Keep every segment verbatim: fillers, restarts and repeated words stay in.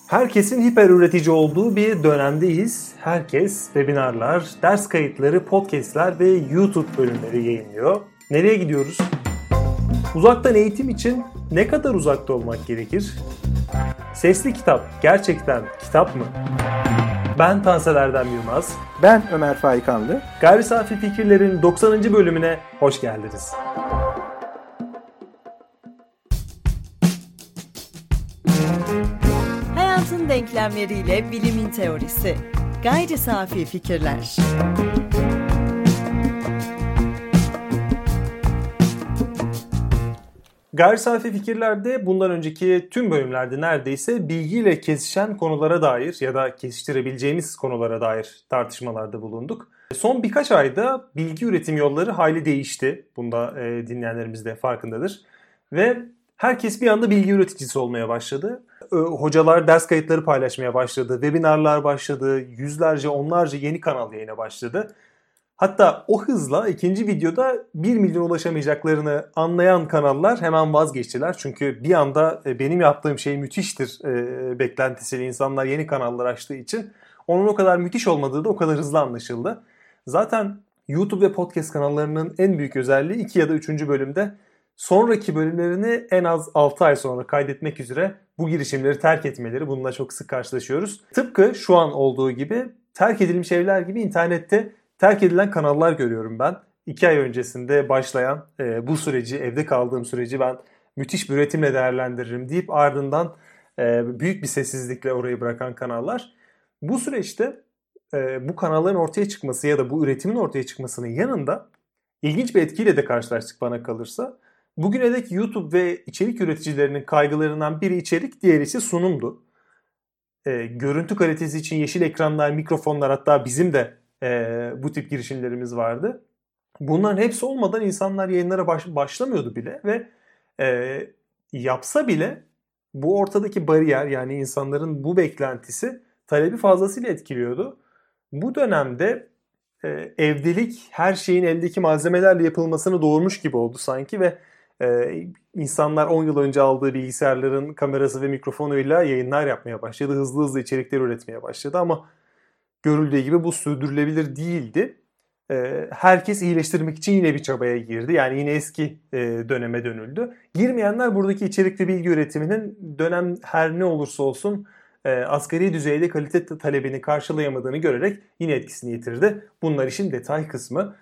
Herkesin hiper üretici olduğu bir dönemdeyiz. Herkes webinarlar, ders kayıtları, podcastler ve YouTube bölümleri yayınlıyor. Nereye gidiyoruz? Uzaktan eğitim için ne kadar uzakta olmak gerekir? Sesli kitap gerçekten kitap mı? Ben Tansel Erdem Yılmaz. Ben Ömer Faikanlı. Gayri Safi Fikirler'in doksanıncı bölümüne hoş geldiniz. Hayatın denklemleriyle bilimin teorisi. Gayri Safi Fikirler. Gayri Safi Fikirler'de bundan önceki tüm bölümlerde neredeyse bilgiyle kesişen konulara dair ya da kesiştirebileceğimiz konulara dair tartışmalarda bulunduk. Son birkaç ayda bilgi üretim yolları hayli değişti. Bunda e, dinleyenlerimiz de farkındadır. Ve herkes bir anda bilgi üreticisi olmaya başladı. E, hocalar ders kayıtları paylaşmaya başladı. Webinarlar başladı. Yüzlerce, onlarca yeni kanal yayına başladı. Hatta o hızla ikinci videoda bir milyon ulaşamayacaklarını anlayan kanallar hemen vazgeçtiler. Çünkü bir anda benim yaptığım şey müthiştir e, beklentisiyle insanlar yeni kanallar açtığı için onun o kadar müthiş olmadığı da o kadar hızlı anlaşıldı. Zaten YouTube ve podcast kanallarının en büyük özelliği iki ya da üçüncü bölümde sonraki bölümlerini en az altı ay sonra kaydetmek üzere bu girişimleri terk etmeleri. Bununla çok sık karşılaşıyoruz. Tıpkı şu an olduğu gibi terk edilmiş evler gibi internette terk edilen kanallar görüyorum ben. İki ay öncesinde başlayan e, bu süreci, evde kaldığım süreci ben müthiş bir üretimle değerlendiririm deyip ardından e, büyük bir sessizlikle orayı bırakan kanallar. Bu süreçte e, bu kanalların ortaya çıkması ya da bu üretimin ortaya çıkmasının yanında ilginç bir etkiyle de karşılaştık bana kalırsa. Bugüne dek YouTube ve içerik üreticilerinin kaygılarından biri içerik, diğeri ise sunumdu. E, görüntü kalitesi için yeşil ekranlar, mikrofonlar, hatta bizim de Ee, bu tip girişimlerimiz vardı. Bunların hepsi olmadan insanlar yayınlara baş, başlamıyordu bile ve e, yapsa bile bu ortadaki bariyer, yani insanların bu beklentisi talebi fazlasıyla etkiliyordu. Bu dönemde e, evdelik her şeyin eldeki malzemelerle yapılmasını doğurmuş gibi oldu sanki ve e, insanlar on yıl önce aldığı bilgisayarların kamerası ve mikrofonuyla yayınlar yapmaya başladı. Hızlı hızlı içerikler üretmeye başladı ama görüldüğü gibi bu sürdürülebilir değildi. Herkes iyileştirmek için yine bir çabaya girdi. Yani yine eski döneme dönüldü. Girmeyenler buradaki içerik ve bilgi üretiminin dönem her ne olursa olsun asgari düzeyde kalite talebini karşılayamadığını görerek yine etkisini yitirdi. Bunlar işin detay kısmı.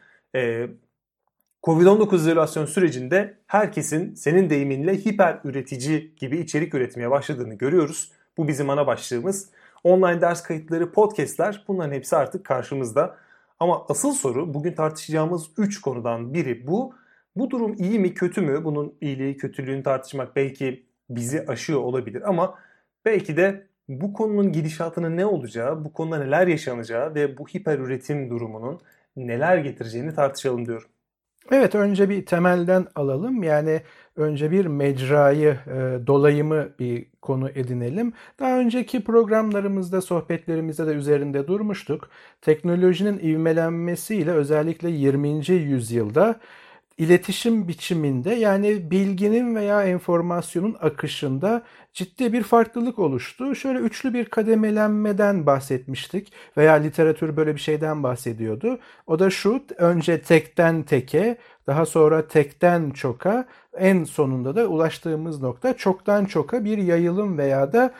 kovid on dokuz izolasyon sürecinde herkesin senin deyiminle hiper üretici gibi içerik üretmeye başladığını görüyoruz. Bu bizim ana başlığımız. Online ders kayıtları, podcastler, bunların hepsi artık karşımızda. Ama asıl soru, bugün tartışacağımız üç konudan biri bu. Bu durum iyi mi, kötü mü? Bunun iyiliği, kötülüğünü tartışmak belki bizi aşıyor olabilir ama belki de bu konunun gidişatının ne olacağı, bu konuda neler yaşanacağı ve bu hiper üretim durumunun neler getireceğini tartışalım diyorum. Evet, önce bir temelden alalım. Yani önce bir mecrayı, e, dolayımı bir konu edinelim. Daha önceki programlarımızda, sohbetlerimizde de üzerinde durmuştuk. Teknolojinin ivmelenmesiyle özellikle yirminci yüzyılda iletişim biçiminde, yani bilginin veya enformasyonun akışında ciddi bir farklılık oluştu. Şöyle üçlü bir kademelenmeden bahsetmiştik veya literatür böyle bir şeyden bahsediyordu. O da şu: önce tekten teke, daha sonra tekten çoka, en sonunda da ulaştığımız nokta çoktan çoka bir yayılım veya da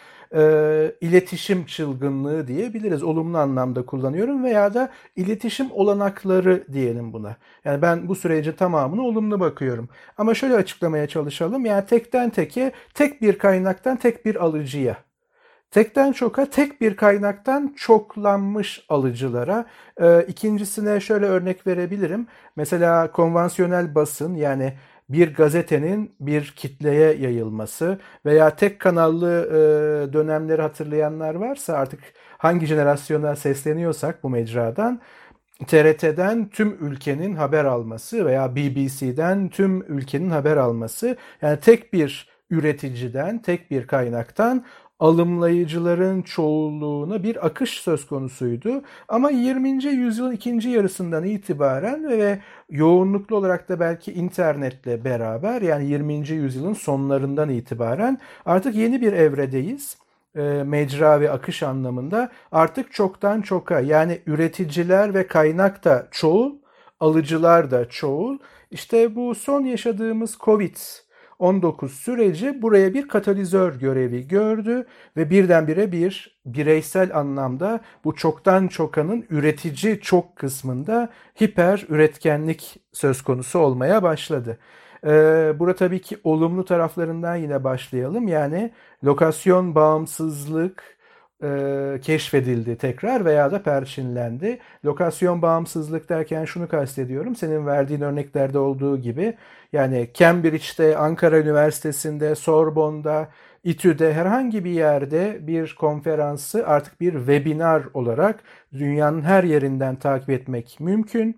e, iletişim çılgınlığı diyebiliriz. Olumlu anlamda kullanıyorum veya da iletişim olanakları diyelim buna. Yani ben bu sürece tamamını olumlu bakıyorum. Ama şöyle açıklamaya çalışalım. Yani tekten teke, tek bir kaynaktan tek bir alıcıya. Tekten çoka, tek bir kaynaktan çoklanmış alıcılara. Ee, ikincisine şöyle örnek verebilirim. Mesela konvansiyonel basın, yani bir gazetenin bir kitleye yayılması veya tek kanallı e, dönemleri hatırlayanlar varsa, artık hangi jenerasyona sesleniyorsak bu mecradan, T R T'den tüm ülkenin haber alması veya B B C'den tüm ülkenin haber alması, yani tek bir üreticiden, tek bir kaynaktan alımlayıcıların çoğunluğuna bir akış söz konusuydu. Ama yirminci yüzyılın ikinci yarısından itibaren ve yoğunluklu olarak da belki internetle beraber, yani yirminci yüzyılın sonlarından itibaren artık yeni bir evredeyiz. e, mecra ve akış anlamında artık çoktan çoka, yani üreticiler ve kaynak da çoğul, alıcılar da çoğul. İşte bu son yaşadığımız kovid on dokuz süreci buraya bir katalizör görevi gördü ve birdenbire bir bireysel anlamda bu çoktan çokanın üretici çok kısmında hiper üretkenlik söz konusu olmaya başladı. Ee, burada tabii ki olumlu taraflarından yine başlayalım. Yani lokasyon bağımsızlık e, keşfedildi tekrar veya da perçinlendi. Lokasyon bağımsızlık derken şunu kastediyorum. Senin verdiğin örneklerde olduğu gibi, yani Cambridge'de, Ankara Üniversitesi'nde, Sorbonne'da, İTÜ'de herhangi bir yerde bir konferansı artık bir webinar olarak dünyanın her yerinden takip etmek mümkün.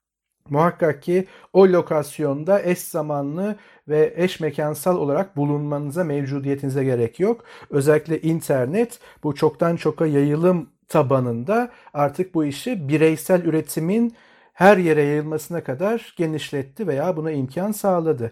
Muhakkak ki o lokasyonda eş zamanlı ve eş mekansal olarak bulunmanıza, mevcudiyetinize gerek yok. Özellikle internet bu çoktan çoka yayılım tabanında artık bu işi bireysel üretimin her yere yayılmasına kadar genişletti veya buna imkan sağladı.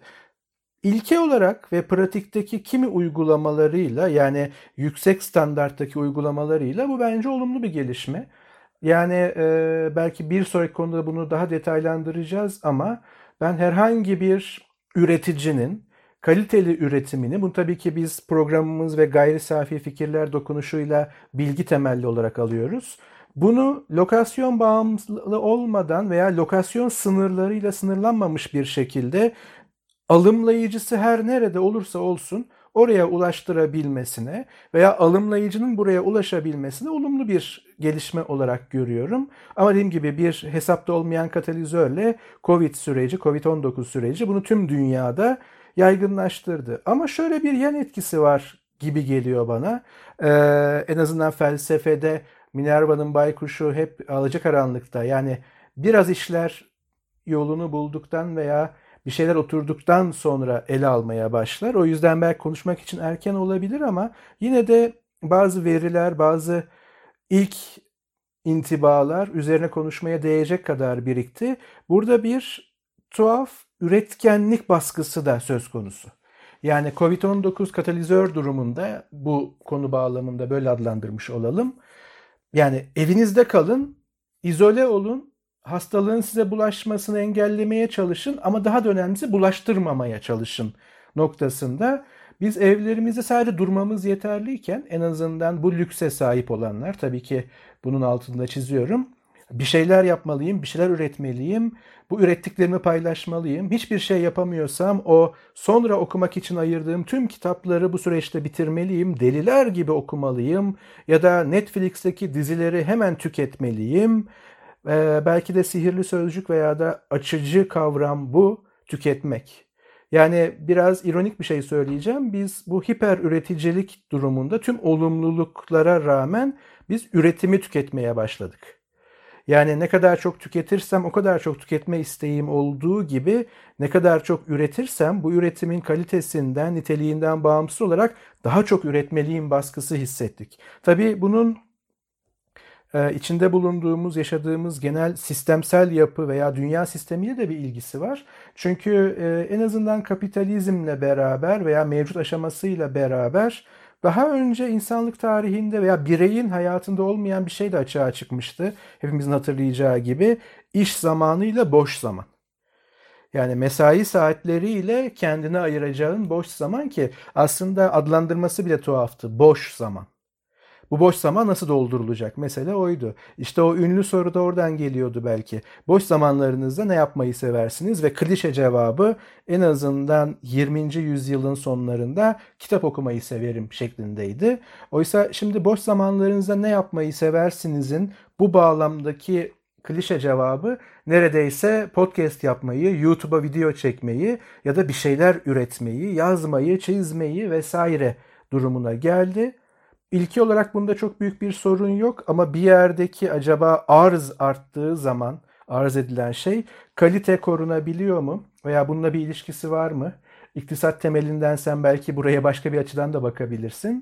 İlke olarak ve pratikteki kimi uygulamalarıyla, yani yüksek standarttaki uygulamalarıyla bu bence olumlu bir gelişme. Yani e, belki bir sonraki konuda bunu daha detaylandıracağız ama ben herhangi bir üreticinin kaliteli üretimini, bunu tabii ki biz programımız ve gayri safi fikirler dokunuşuyla bilgi temelli olarak alıyoruz. Bunu lokasyon bağımlı olmadan veya lokasyon sınırlarıyla sınırlanmamış bir şekilde alımlayıcısı her nerede olursa olsun oraya ulaştırabilmesine veya alımlayıcının buraya ulaşabilmesine olumlu bir gelişme olarak görüyorum. Ama dediğim gibi bir hesapta olmayan katalizörle Covid süreci, Covid on dokuz süreci bunu tüm dünyada yaygınlaştırdı. Ama şöyle bir yan etkisi var gibi geliyor bana. Ee, en azından felsefede Minerva'nın baykuşu hep alacakaranlıkta. Yani biraz işler yolunu bulduktan veya bir şeyler oturduktan sonra ele almaya başlar. O yüzden belki konuşmak için erken olabilir ama yine de bazı veriler, bazı ilk intibalar üzerine konuşmaya değecek kadar birikti. Burada bir tuhaf üretkenlik baskısı da söz konusu. Yani Covid on dokuz katalizör durumunda bu konu bağlamında böyle adlandırmış olalım. Yani evinizde kalın, izole olun, hastalığın size bulaşmasını engellemeye çalışın ama daha da önemlisi bulaştırmamaya çalışın noktasında. Biz evlerimizde sadece durmamız yeterliyken en azından bu lükse sahip olanlar, tabii ki bunun altında çiziyorum, bir şeyler yapmalıyım, bir şeyler üretmeliyim, bu ürettiklerimi paylaşmalıyım. Hiçbir şey yapamıyorsam o sonra okumak için ayırdığım tüm kitapları bu süreçte bitirmeliyim, deliler gibi okumalıyım ya da Netflix'teki dizileri hemen tüketmeliyim. Ee, belki de sihirli sözcük veya da açıcı kavram bu, tüketmek. Yani biraz ironik bir şey söyleyeceğim. Biz bu hiper üreticilik durumunda tüm olumluluklara rağmen biz üretimi tüketmeye başladık. Yani ne kadar çok tüketirsem o kadar çok tüketme isteğim olduğu gibi ne kadar çok üretirsem bu üretimin kalitesinden, niteliğinden bağımsız olarak daha çok üretmeliyim baskısı hissettik. Tabii bunun içinde bulunduğumuz, yaşadığımız genel sistemsel yapı veya dünya sistemiyle de bir ilgisi var. Çünkü en azından kapitalizmle beraber veya mevcut aşamasıyla beraber daha önce insanlık tarihinde veya bireyin hayatında olmayan bir şey de açığa çıkmıştı. Hepimizin hatırlayacağı gibi iş zamanıyla boş zaman. Yani mesai saatleriyle kendine ayıracağın boş zaman, ki aslında adlandırması bile tuhaftı. Boş zaman. Bu boş zaman nasıl doldurulacak? Mesele oydu. İşte o ünlü soru da oradan geliyordu belki. Boş zamanlarınızda ne yapmayı seversiniz? Ve klişe cevabı en azından yirminci yüzyılın sonlarında kitap okumayı severim şeklindeydi. Oysa şimdi boş zamanlarınızda ne yapmayı seversinizin bu bağlamdaki klişe cevabı neredeyse podcast yapmayı, YouTube'a video çekmeyi ya da bir şeyler üretmeyi, yazmayı, çizmeyi vesaire durumuna geldi. İlki olarak bunda çok büyük bir sorun yok ama bir yerdeki acaba arz arttığı zaman arz edilen şey kalite korunabiliyor mu? Veya bununla bir ilişkisi var mı? İktisat temelinden sen belki buraya başka bir açıdan da bakabilirsin.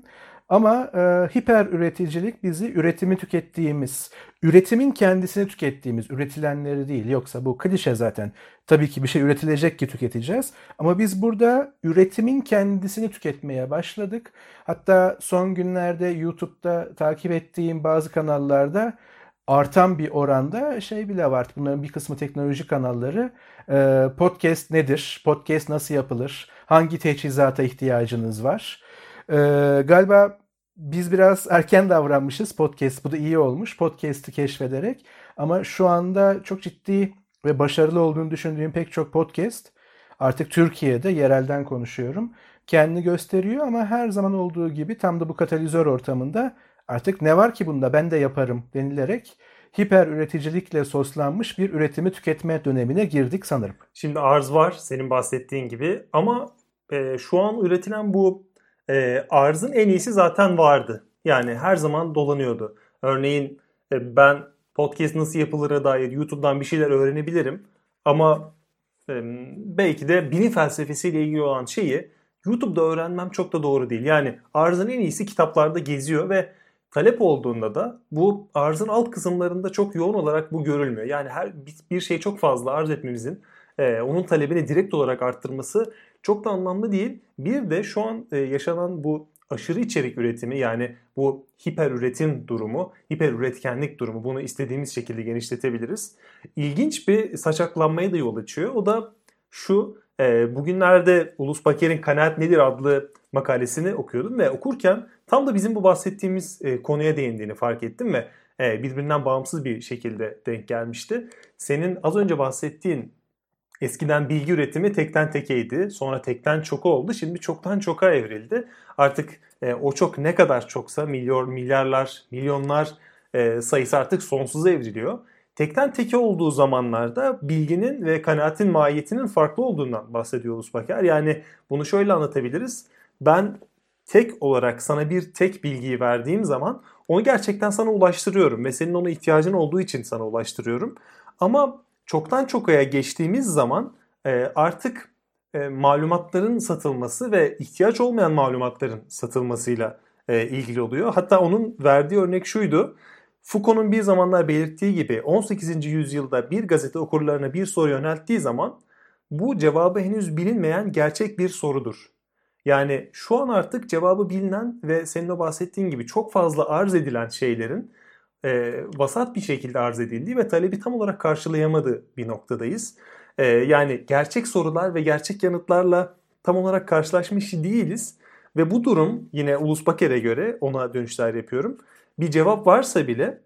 Ama e, hiper üreticilik bizi üretimi tükettiğimiz, üretimin kendisini tükettiğimiz, üretilenleri değil. Yoksa bu klişe zaten. Tabii ki bir şey üretilecek ki tüketeceğiz. Ama biz burada üretimin kendisini tüketmeye başladık. Hatta son günlerde YouTube'da takip ettiğim bazı kanallarda artan bir oranda şey bile var. Bunların bir kısmı teknoloji kanalları. E, podcast nedir? Podcast nasıl yapılır? Hangi teçhizata ihtiyacınız var? Ee, galiba biz biraz erken davranmışız podcast. Bu da iyi olmuş podcast'ı keşfederek. Ama şu anda çok ciddi ve başarılı olduğunu düşündüğüm pek çok podcast artık Türkiye'de, yerelden konuşuyorum, kendini gösteriyor ama her zaman olduğu gibi tam da bu katalizör ortamında artık ne var ki bunda ben de yaparım denilerek hiper üreticilikle soslanmış bir üretimi tüketme dönemine girdik sanırım. Şimdi arz var senin bahsettiğin gibi ama e, şu an üretilen bu e, arzın en iyisi zaten vardı. Yani her zaman dolanıyordu. Örneğin e, ben podcast nasıl yapılır'a dair YouTube'dan bir şeyler öğrenebilirim ama e, belki de bilim felsefesiyle ilgili olan şeyi YouTube'da öğrenmem çok da doğru değil. Yani arzın en iyisi kitaplarda geziyor ve talep olduğunda da bu arzın alt kısımlarında çok yoğun olarak bu görülmüyor. Yani her bir şey çok fazla arz etmemizin e, onun talebini direkt olarak arttırması çok da anlamlı değil. Bir de şu an e, yaşanan bu aşırı içerik üretimi, yani bu hiper üretim durumu, hiper üretkenlik durumu, bunu istediğimiz şekilde genişletebiliriz. İlginç bir saçaklanmaya da yol açıyor. O da şu: e, bugünlerde Ulus Baker'in Kanaat Nedir adlı makalesini okuyordum ve okurken tam da bizim bu bahsettiğimiz e, konuya değindiğini fark ettim ve e, birbirinden bağımsız bir şekilde denk gelmişti. Senin az önce bahsettiğin eskiden bilgi üretimi tekten tekeydi. Sonra tekten çoka oldu. Şimdi çoktan çoka evrildi. Artık e, o çok ne kadar çoksa milyon, milyarlar, milyonlar e, sayısı artık sonsuza evriliyor. Tekten teke olduğu zamanlarda bilginin ve kanaatin mahiyetinin farklı olduğundan bahsediyor Ulus Baker. Yani bunu şöyle anlatabiliriz. Ben tek olarak sana bir tek bilgiyi verdiğim zaman onu gerçekten sana ulaştırıyorum ve senin ona ihtiyacın olduğu için sana ulaştırıyorum. Ama çoktan çokaya geçtiğimiz zaman e, artık e, malumatların satılması ve ihtiyaç olmayan malumatların satılmasıyla e, ilgili oluyor. Hatta onun verdiği örnek şuydu: Foucault'un bir zamanlar belirttiği gibi on sekizinci yüzyılda bir gazete okurlarına bir soru yönelttiği zaman bu cevabı henüz bilinmeyen gerçek bir sorudur. Yani şu an artık cevabı bilinen ve senin de bahsettiğin gibi çok fazla arz edilen şeylerin e, vasat bir şekilde arz edildiği ve talebi tam olarak karşılayamadığı bir noktadayız. E, yani gerçek sorular ve gerçek yanıtlarla tam olarak karşılaşmış değiliz. Ve bu durum yine Ulus Baker'e göre, ona dönüşler yapıyorum, bir cevap varsa bile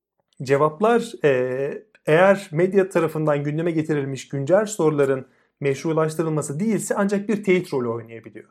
cevaplar e, eğer medya tarafından gündeme getirilmiş güncel soruların meşrulaştırılması değilse ancak bir teyit rolü oynayabiliyor.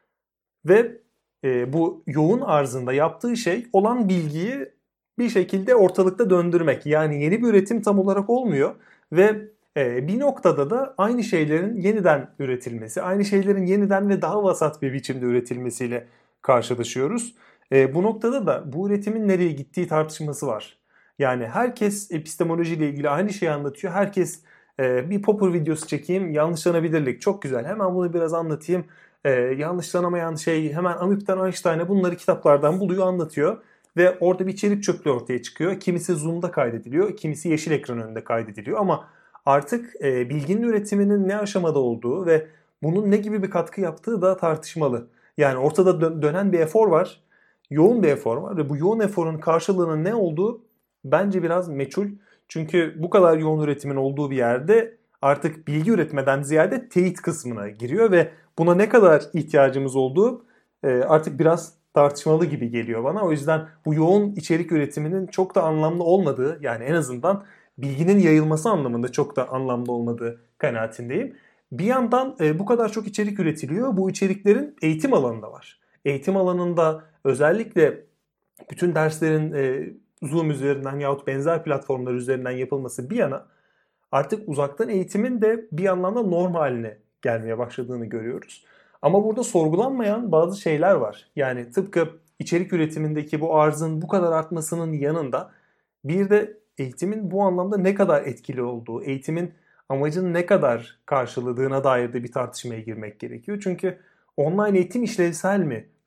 Ve e, bu yoğun arzında yaptığı şey olan bilgiyi bir şekilde ortalıkta döndürmek. Yani yeni bir üretim tam olarak olmuyor ve e, bir noktada da aynı şeylerin yeniden üretilmesi, aynı şeylerin yeniden ve daha vasat bir biçimde üretilmesiyle karşılaşıyoruz. E, bu noktada da bu üretimin nereye gittiği tartışması var. Yani herkes epistemolojiyle ilgili aynı şeyi anlatıyor. Herkes e, bir Popper videosu çekeyim, yanlışlanabilirlik çok güzel, hemen bunu biraz anlatayım. E, yanlışlanamayan şey hemen Amip'ten Einstein'a, bunları kitaplardan buluyor, anlatıyor. Ve orada bir içerik çöplüğü ortaya çıkıyor. Kimisi Zoom'da kaydediliyor, kimisi yeşil ekran önünde kaydediliyor. Ama artık e, bilginin üretiminin ne aşamada olduğu ve bunun ne gibi bir katkı yaptığı da tartışmalı. Yani ortada dö- dönen bir efor var. Yoğun bir efor var ve bu yoğun eforun karşılığının ne olduğu bence biraz meçhul. Çünkü bu kadar yoğun üretimin olduğu bir yerde artık bilgi üretmeden ziyade teyit kısmına giriyor ve buna ne kadar ihtiyacımız olduğu e, artık biraz tartışmalı gibi geliyor bana. O yüzden bu yoğun içerik üretiminin çok da anlamlı olmadığı, yani en azından bilginin yayılması anlamında çok da anlamlı olmadığı kanaatindeyim. Bir yandan e, bu kadar çok içerik üretiliyor. Bu içeriklerin eğitim alanında var. Eğitim alanında özellikle bütün derslerin e, Zoom üzerinden yahut benzer platformlar üzerinden yapılması bir yana, artık uzaktan eğitimin de bir anlamda norm haline gelmeye başladığını görüyoruz. Ama burada sorgulanmayan bazı şeyler var. Yani tıpkı içerik üretimindeki bu arzın bu kadar artmasının yanında bir de eğitimin bu anlamda ne kadar etkili olduğu, eğitimin amacını ne kadar karşıladığına dair de bir tartışmaya girmek gerekiyor. Çünkü online eğitim işlevsel mi?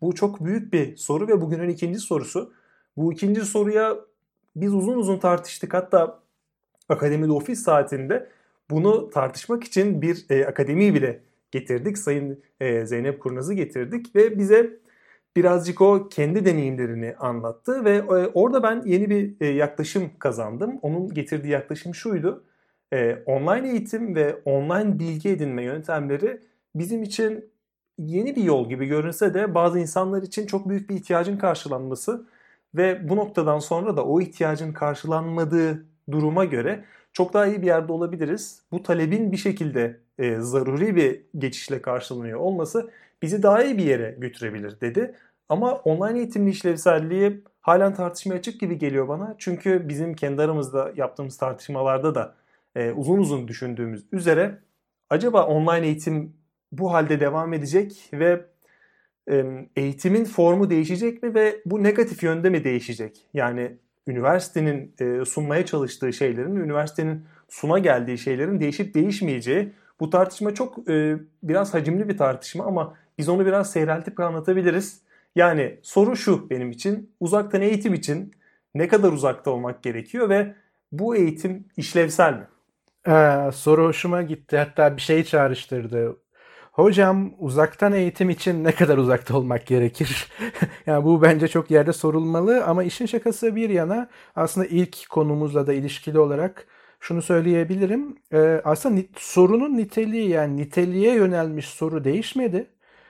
Bu çok büyük bir soru ve bugünün ikinci sorusu. Bu ikinci soruya biz uzun uzun tartıştık. Hatta akademide ofis saatinde bunu tartışmak için bir e, akademi bile getirdik. Sayın e, Zeynep Kurnaz'ı getirdik ve bize birazcık o kendi deneyimlerini anlattı ve e, orada ben yeni bir e, yaklaşım kazandım. Onun getirdiği yaklaşım şuydu. E, online eğitim ve online bilgi edinme yöntemleri bizim için yeni bir yol gibi görünse de bazı insanlar için çok büyük bir ihtiyacın karşılanması ve bu noktadan sonra da o ihtiyacın karşılanmadığı duruma göre çok daha iyi bir yerde olabiliriz. Bu talebin bir şekilde e, zaruri bir geçişle karşılanıyor olması bizi daha iyi bir yere götürebilir dedi. Ama online eğitimin işlevselliği halen tartışmaya açık gibi geliyor bana. Çünkü bizim kendi aramızda yaptığımız tartışmalarda da e, uzun uzun düşündüğümüz üzere acaba online eğitim bu halde devam edecek ve e, eğitimin formu değişecek mi ve bu negatif yönde mi değişecek? Yani üniversitenin e, sunmaya çalıştığı şeylerin, üniversitenin suna geldiği şeylerin değişip değişmeyeceği, bu tartışma çok e, biraz hacimli bir tartışma ama biz onu biraz seyreltip anlatabiliriz. Yani soru şu benim için, uzaktan eğitim için ne kadar uzakta olmak gerekiyor ve bu eğitim işlevsel mi? Ee, soru hoşuma gitti. Hatta bir şey çağrıştırdı. Hocam uzaktan eğitim için ne kadar uzakta olmak gerekir? Yani bu bence çok yerde sorulmalı ama işin şakası bir yana aslında ilk konumuzla da ilişkili olarak şunu söyleyebilirim. Ee, aslında ni- sorunun niteliği yani niteliğe yönelmiş soru değişmedi.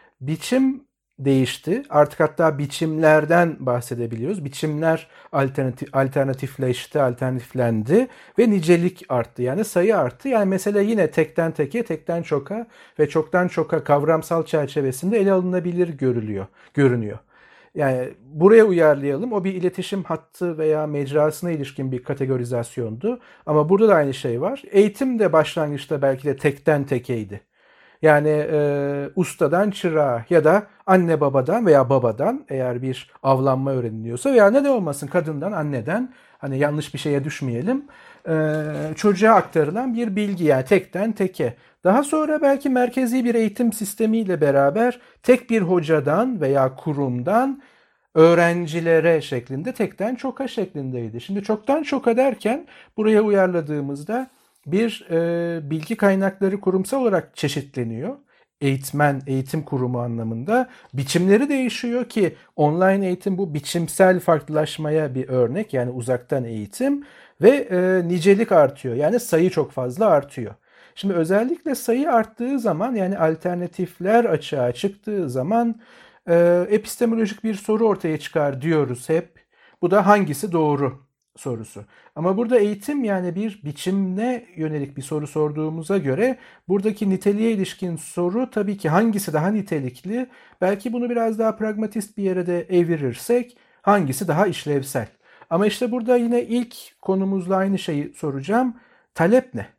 Biçim değişti. Artık hatta biçimlerden bahsedebiliyoruz. Biçimler alternatif, alternatifleşti, alternatiflendi ve nicelik arttı. Yani sayı arttı. Yani mesele yine tekten teke, tekten çoka ve çoktan çoka kavramsal çerçevesinde ele alınabilir görülüyor, görünüyor. Yani buraya uyarlayalım. O bir iletişim hattı veya mecrasına ilişkin bir kategorizasyondu. Ama burada da aynı şey var. Eğitim de başlangıçta belki de tekten tekeydi. Yani e, ustadan çırağa ya da anne babadan veya babadan eğer bir avlanma öğreniliyorsa veya ne de olmasın kadından anneden hani yanlış bir şeye düşmeyelim e, çocuğa aktarılan bir bilgi yani tekten teke. Daha sonra belki merkezi bir eğitim sistemiyle beraber tek bir hocadan veya kurumdan öğrencilere şeklinde tekten çoka şeklindeydi. Şimdi çoktan çoka derken buraya uyarladığımızda bir e, bilgi kaynakları kurumsal olarak çeşitleniyor. Eğitmen, eğitim kurumu anlamında. Biçimleri değişiyor ki online eğitim bu biçimsel farklılaşmaya bir örnek. Yani uzaktan eğitim ve e, nicelik artıyor. Yani sayı çok fazla artıyor. Şimdi özellikle sayı arttığı zaman yani alternatifler açığa çıktığı zaman e, epistemolojik bir soru ortaya çıkar diyoruz hep. Bu da hangisi doğru sorusu. Ama burada eğitim yani bir biçimine yönelik bir soru sorduğumuza göre buradaki niteliğe ilişkin soru tabii ki hangisi daha nitelikli? Belki bunu biraz daha pragmatist bir yere de evirirsek hangisi daha işlevsel? Ama işte burada yine ilk konumuzla aynı şeyi soracağım. Talep ne?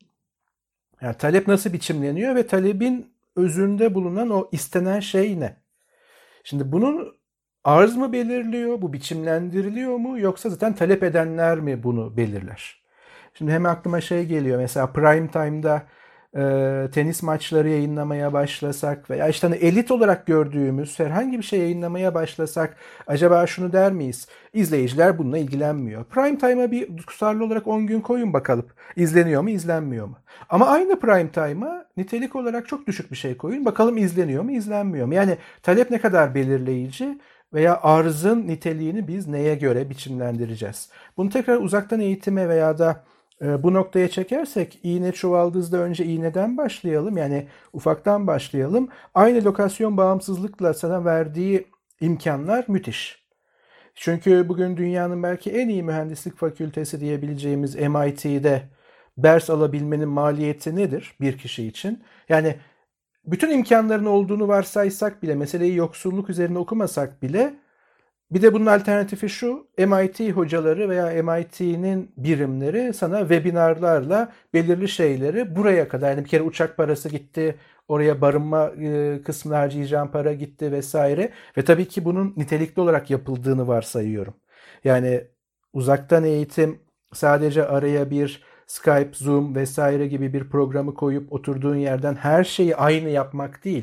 Yani talep nasıl biçimleniyor ve talebin özünde bulunan o istenen şey ne? Şimdi bunun arz mı belirliyor, bu biçimlendiriliyor mu yoksa zaten talep edenler mi bunu belirler? Şimdi hem aklıma şey geliyor mesela prime time'da e, tenis maçları yayınlamaya başlasak veya işte hani elit olarak gördüğümüz herhangi bir şey yayınlamaya başlasak acaba şunu der miyiz? İzleyiciler bununla ilgilenmiyor. Prime time'a bir tutarlı olarak on gün koyun bakalım. İzleniyor mu, izlenmiyor mu? Ama aynı prime time'a nitelik olarak çok düşük bir şey koyun. Bakalım izleniyor mu, izlenmiyor mu? Yani talep ne kadar belirleyici? Veya arzın niteliğini biz neye göre biçimlendireceğiz? Bunu tekrar uzaktan eğitime veya da e, bu noktaya çekersek iğne çuvaldızda önce iğneden başlayalım. Yani ufaktan başlayalım. Aynı lokasyon bağımsızlıkla sana verdiği imkanlar müthiş. Çünkü bugün dünyanın belki en iyi mühendislik fakültesi diyebileceğimiz M I T'de ders alabilmenin maliyeti nedir bir kişi için? Yani bütün imkanların olduğunu varsaysak bile, meseleyi yoksulluk üzerine okumasak bile bir de bunun alternatifi şu, M I T hocaları veya M I T'nin birimleri sana webinarlarla belirli şeyleri buraya kadar, yani bir kere uçak parası gitti, oraya barınma e, kısmına harcayacağım para gitti vesaire ve tabii ki bunun nitelikli olarak yapıldığını varsayıyorum. Yani uzaktan eğitim sadece araya bir Skype, Zoom vesaire gibi bir programı koyup oturduğun yerden her şeyi aynı yapmak değil.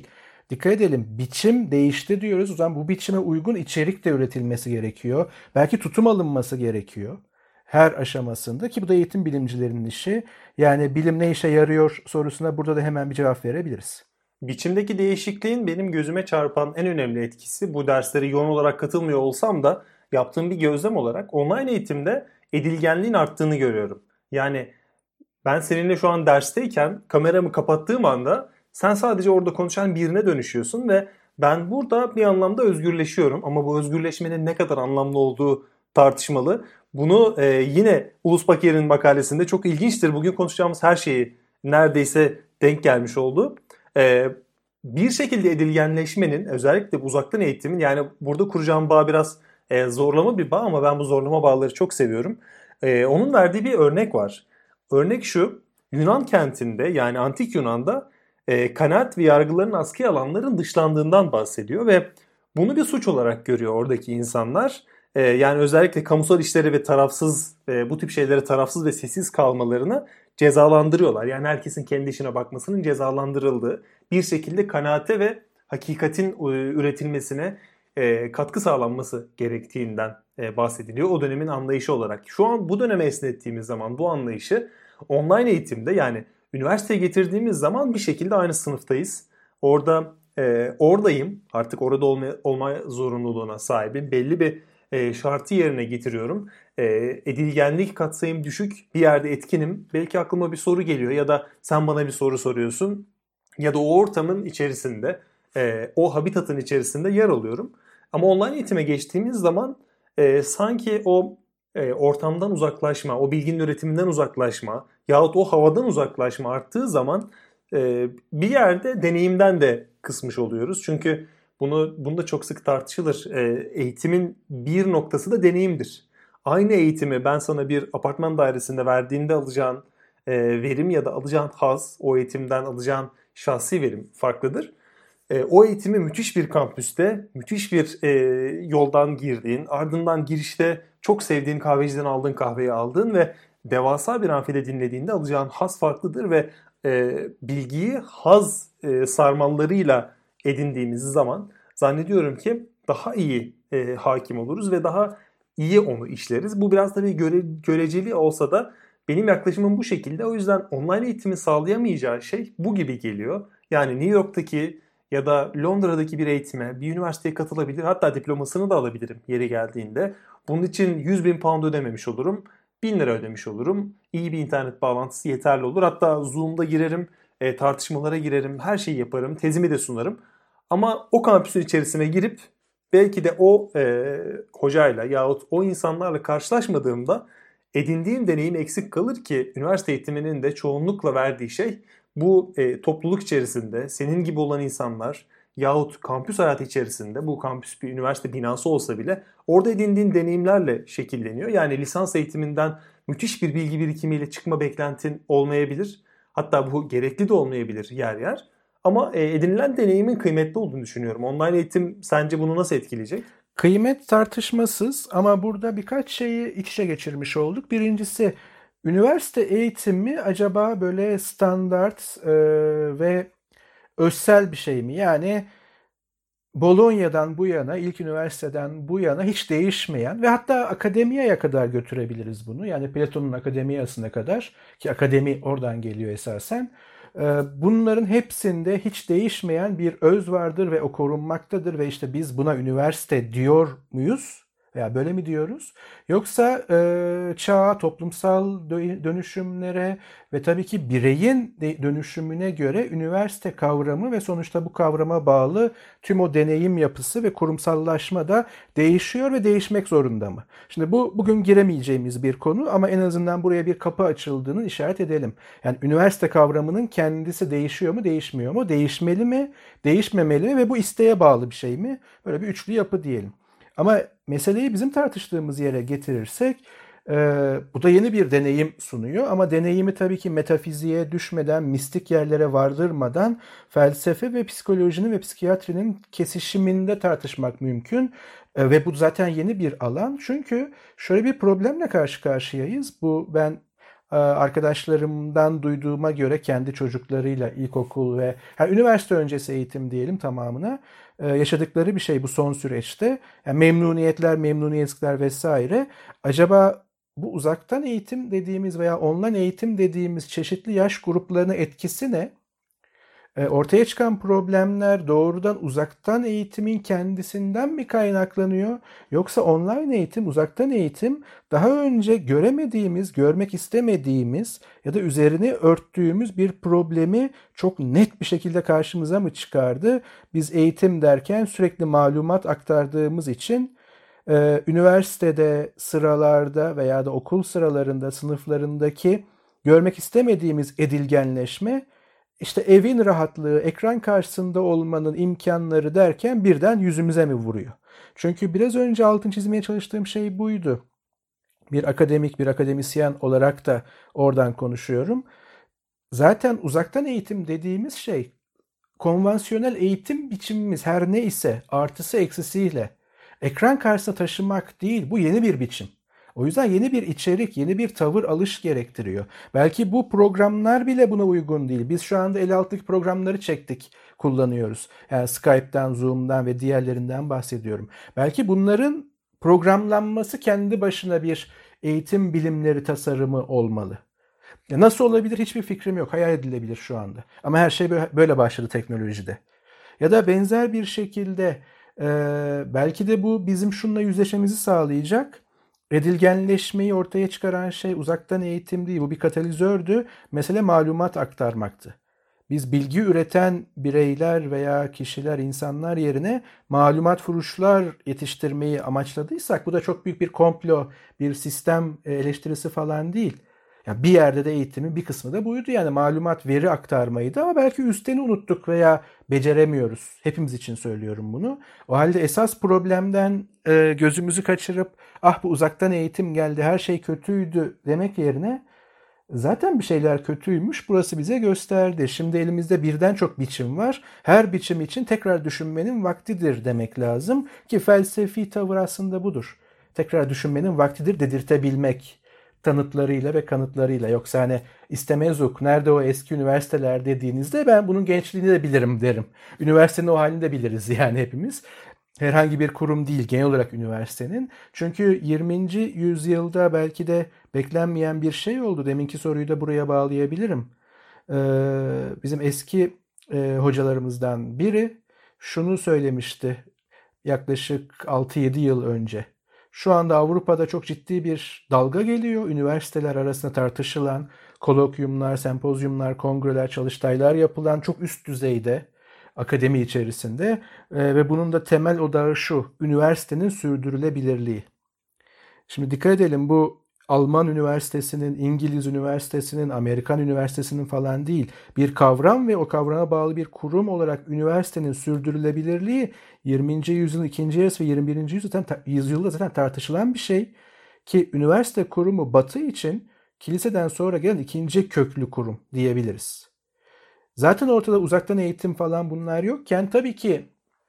dikkat edelim, biçim değişti diyoruz. O zaman bu biçime uygun içerik de üretilmesi gerekiyor. Belki tutum alınması gerekiyor her aşamasında, ki bu da eğitim bilimcilerinin işi. Yani bilim ne işe yarıyor sorusuna burada da hemen bir cevap verebiliriz. Biçimdeki değişikliğin benim gözüme çarpan en önemli etkisi, bu derslere yoğun olarak katılmıyor olsam da yaptığım bir gözlem olarak, online eğitimde edilgenliğin arttığını görüyorum. Yani ben seninle şu an dersteyken kameramı kapattığım anda sen sadece orada konuşan birine dönüşüyorsun ve ben burada bir anlamda özgürleşiyorum. Ama bu özgürleşmenin ne kadar anlamlı olduğu tartışmalı. Bunu e, yine Ulus Baker'in makalesinde çok ilginçtir. Bugün konuşacağımız her şeyi neredeyse denk gelmiş oldu. E, bir şekilde edilgenleşmenin, özellikle uzaktan eğitimin, yani burada kuracağım bağ biraz e, zorlama bir bağ ama ben bu zorlama bağları çok seviyorum. E, onun verdiği bir örnek var. Örnek şu: Yunan kentinde, yani antik Yunan'da e, kanaat ve yargıların askıya alanların dışlandığından bahsediyor ve bunu bir suç olarak görüyor oradaki insanlar. E, yani özellikle kamusal işleri ve tarafsız, e, bu tip şeylere tarafsız ve sessiz kalmalarını cezalandırıyorlar. Yani herkesin kendi işine bakmasının cezalandırıldığı, bir şekilde kanaate ve hakikatin e, üretilmesine e, katkı sağlanması gerektiğinden e, bahsediliyor o dönemin anlayışı olarak. Şu an bu döneme esnettiğimiz zaman bu anlayışı online eğitimde, yani üniversiteye getirdiğimiz zaman bir şekilde aynı sınıftayız. Orada e, oradayım, artık orada olma, olma zorunluluğuna sahibim. Belli bir e, şartı yerine getiriyorum. E, edilgenlik katsayım düşük, bir yerde etkinim. Belki aklıma bir soru geliyor ya da sen bana bir soru soruyorsun. Ya da o ortamın içerisinde, e, o habitatın içerisinde yer alıyorum. Ama online eğitime geçtiğimiz zaman e, sanki o e, ortamdan uzaklaşma, o bilginin üretiminden uzaklaşma yahut o havadan uzaklaşma arttığı zaman e, bir yerde deneyimden de kısmış oluyoruz. Çünkü bunu bunu da çok sık tartışılır. E, eğitimin bir noktası da deneyimdir. Aynı eğitimi ben sana bir apartman dairesinde verdiğinde alacağın e, verim ya da alacağın haz, o eğitimden alacağın şahsi verim farklıdır. E, o eğitimi müthiş bir kampüste, müthiş bir e, yoldan girdiğin, ardından girişte çok sevdiğin kahveciden aldığın kahveyi aldığın ve devasa bir amfide dinlediğinde alacağın haz farklıdır ve e, bilgiyi haz e, sarmallarıyla edindiğimiz zaman zannediyorum ki daha iyi e, hakim oluruz ve daha iyi onu işleriz. Bu biraz tabii göre, göreceli olsa da benim yaklaşımım bu şekilde. O yüzden online eğitimi sağlayamayacağı şey bu gibi geliyor. Yani New York'taki ya da Londra'daki bir eğitime, bir üniversiteye katılabilir. Hatta diplomasını da alabilirim yeri geldiğinde. Bunun için yüz bin pound ödememiş olurum. bin lira ödemiş olurum. İyi bir internet bağlantısı yeterli olur. Hatta Zoom'da girerim, e, tartışmalara girerim, her şeyi yaparım, tezimi de sunarım. Ama o kampüsün içerisine girip belki de o e, hocayla yahut o insanlarla karşılaşmadığımda edindiğim deneyim eksik kalır ki üniversite eğitiminin de çoğunlukla verdiği şey bu e, topluluk içerisinde senin gibi olan insanlar yahut kampüs hayatı içerisinde, bu kampüs bir üniversite binası olsa bile orada edindiğin deneyimlerle şekilleniyor. Yani lisans eğitiminden müthiş bir bilgi birikimiyle çıkma beklentin olmayabilir. Hatta bu gerekli de olmayabilir yer yer. Ama e, edinilen deneyimin kıymetli olduğunu düşünüyorum. Online eğitim sence bunu nasıl etkileyecek? Kıymet tartışmasız ama burada birkaç şeyi iç içe geçirmiş olduk. Birincisi, üniversite eğitimi acaba böyle standart e, ve özsel bir şey mi? Yani Bolonya'dan bu yana, ilk üniversiteden bu yana hiç değişmeyen ve hatta akademiyaya kadar götürebiliriz bunu. Yani Platon'un akademiyasına kadar, ki akademi oradan geliyor esasen. Bunların hepsinde hiç değişmeyen bir öz vardır ve o korunmaktadır ve işte biz buna üniversite diyor muyuz? Veya böyle mi diyoruz? Yoksa e, çağa, toplumsal dönüşümlere ve tabii ki bireyin dönüşümüne göre üniversite kavramı ve sonuçta bu kavrama bağlı tüm o deneyim yapısı ve kurumsallaşma da değişiyor ve değişmek zorunda mı? Şimdi bu bugün giremeyeceğimiz bir konu ama en azından buraya bir kapı açıldığını işaret edelim. Yani üniversite kavramının kendisi değişiyor mu, değişmiyor mu? Değişmeli mi, değişmemeli mi ve bu isteğe bağlı bir şey mi? Böyle bir üçlü yapı diyelim. Ama meseleyi bizim tartıştığımız yere getirirsek e, bu da yeni bir deneyim sunuyor. Ama deneyimi tabii ki metafiziğe düşmeden, mistik yerlere vardırmadan felsefe ve psikolojinin ve psikiyatrinin kesişiminde tartışmak mümkün. E, ve bu zaten yeni bir alan. Çünkü şöyle bir problemle karşı karşıyayız. Bu ben arkadaşlarımdan duyduğuma göre kendi çocuklarıyla ilkokul ve yani üniversite öncesi eğitim diyelim tamamına yaşadıkları bir şey bu son süreçte. Yani memnuniyetler, memnuniyetsizlikler vesaire. Acaba bu uzaktan eğitim dediğimiz veya online eğitim dediğimiz çeşitli yaş gruplarına etkisi ne? Ortaya çıkan problemler doğrudan uzaktan eğitimin kendisinden mi kaynaklanıyor? Yoksa online eğitim, uzaktan eğitim daha önce göremediğimiz, görmek istemediğimiz ya da üzerini örttüğümüz bir problemi çok net bir şekilde karşımıza mı çıkardı? Biz eğitim derken sürekli malumat aktardığımız için üniversitede sıralarda veya da okul sıralarında, sınıflarındaki görmek istemediğimiz edilgenleşme, İşte evin rahatlığı, ekran karşısında olmanın imkanları derken birden yüzümüze mi vuruyor? Çünkü biraz önce altını çizmeye çalıştığım şey buydu. Bir akademik, bir akademisyen olarak da oradan konuşuyorum. Zaten uzaktan eğitim dediğimiz şey, konvansiyonel eğitim biçimimiz her ne ise artısı eksisiyle ekran karşısına taşımak değil, bu yeni bir biçim. O yüzden yeni bir içerik, yeni bir tavır alış gerektiriyor. Belki bu programlar bile buna uygun değil. Biz şu anda el altındaki programları çektik, kullanıyoruz. Yani Skype'dan, Zoom'dan ve diğerlerinden bahsediyorum. Belki bunların programlanması kendi başına bir eğitim bilimleri tasarımı olmalı. Nasıl olabilir hiçbir fikrim yok. Hayal edilebilir şu anda. Ama her şey böyle başladı teknolojide. Ya da benzer bir şekilde belki de bu bizim şununla yüzleşmemizi sağlayacak. Edilgenleşmeyi ortaya çıkaran şey uzaktan eğitim değil, bu bir katalizördü. Mesele malumat aktarmaktı. Biz bilgi üreten bireyler veya kişiler, insanlar yerine malumat furuşlar yetiştirmeyi amaçladıysak bu da çok büyük bir komplo, bir sistem eleştirisi falan değil. Yani bir yerde de eğitimin bir kısmı da buydu. Yani malumat, veri aktarmaydı ama belki üsteni unuttuk veya beceremiyoruz. Hepimiz için söylüyorum bunu. O halde esas problemden e, gözümüzü kaçırıp ah bu uzaktan eğitim geldi, her şey kötüydü demek yerine zaten bir şeyler kötüymüş, burası bize gösterdi. Şimdi elimizde birden çok biçim var. Her biçim için tekrar düşünmenin vaktidir demek lazım ki felsefi tavır aslında budur. Tekrar düşünmenin vaktidir dedirtebilmek. Tanıtlarıyla ve kanıtlarıyla. Yoksa hani istemezuk, nerede o eski üniversiteler dediğinizde ben bunun gençliğini de bilirim derim. Üniversitenin o halini de biliriz yani hepimiz. Herhangi bir kurum değil genel olarak üniversitenin. Çünkü yirminci yüzyılda belki de beklenmeyen bir şey oldu. Deminki soruyu da buraya bağlayabilirim. Ee, bizim eski e, hocalarımızdan biri şunu söylemişti yaklaşık altı yedi yıl önce. Şu anda Avrupa'da çok ciddi bir dalga geliyor. Üniversiteler arasında tartışılan kolokyumlar, sempozyumlar, kongreler, çalıştaylar yapılan çok üst düzeyde akademi içerisinde e, ve bunun da temel odağı şu, üniversitenin sürdürülebilirliği. Şimdi dikkat edelim bu Alman üniversitesinin, İngiliz üniversitesinin, Amerikan üniversitesinin falan değil. Bir kavram ve o kavrama bağlı bir kurum olarak üniversitenin sürdürülebilirliği yirminci yüzyılın ikinci yarısı ve yirmi birinci yüzyılda zaten, yüzyılda zaten tartışılan bir şey. Ki üniversite kurumu Batı için kiliseden sonra gelen ikinci köklü kurum diyebiliriz. Zaten ortada uzaktan eğitim falan bunlar yokken tabii ki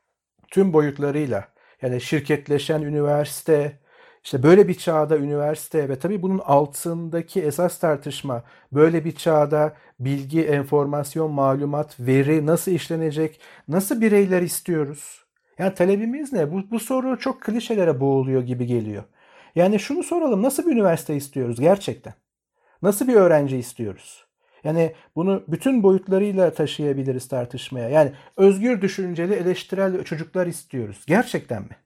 tüm boyutlarıyla yani şirketleşen üniversite, İşte böyle bir çağda üniversite ve tabii bunun altındaki esas tartışma böyle bir çağda bilgi, enformasyon, malumat, veri nasıl işlenecek, nasıl bireyler istiyoruz? Yani talebimiz ne? Bu, bu soru çok klişelere boğuluyor gibi geliyor. Yani şunu soralım, nasıl bir üniversite istiyoruz gerçekten? Nasıl bir öğrenci istiyoruz? Yani bunu bütün boyutlarıyla taşıyabiliriz tartışmaya. Yani özgür düşünceli, eleştirel çocuklar istiyoruz. Gerçekten mi?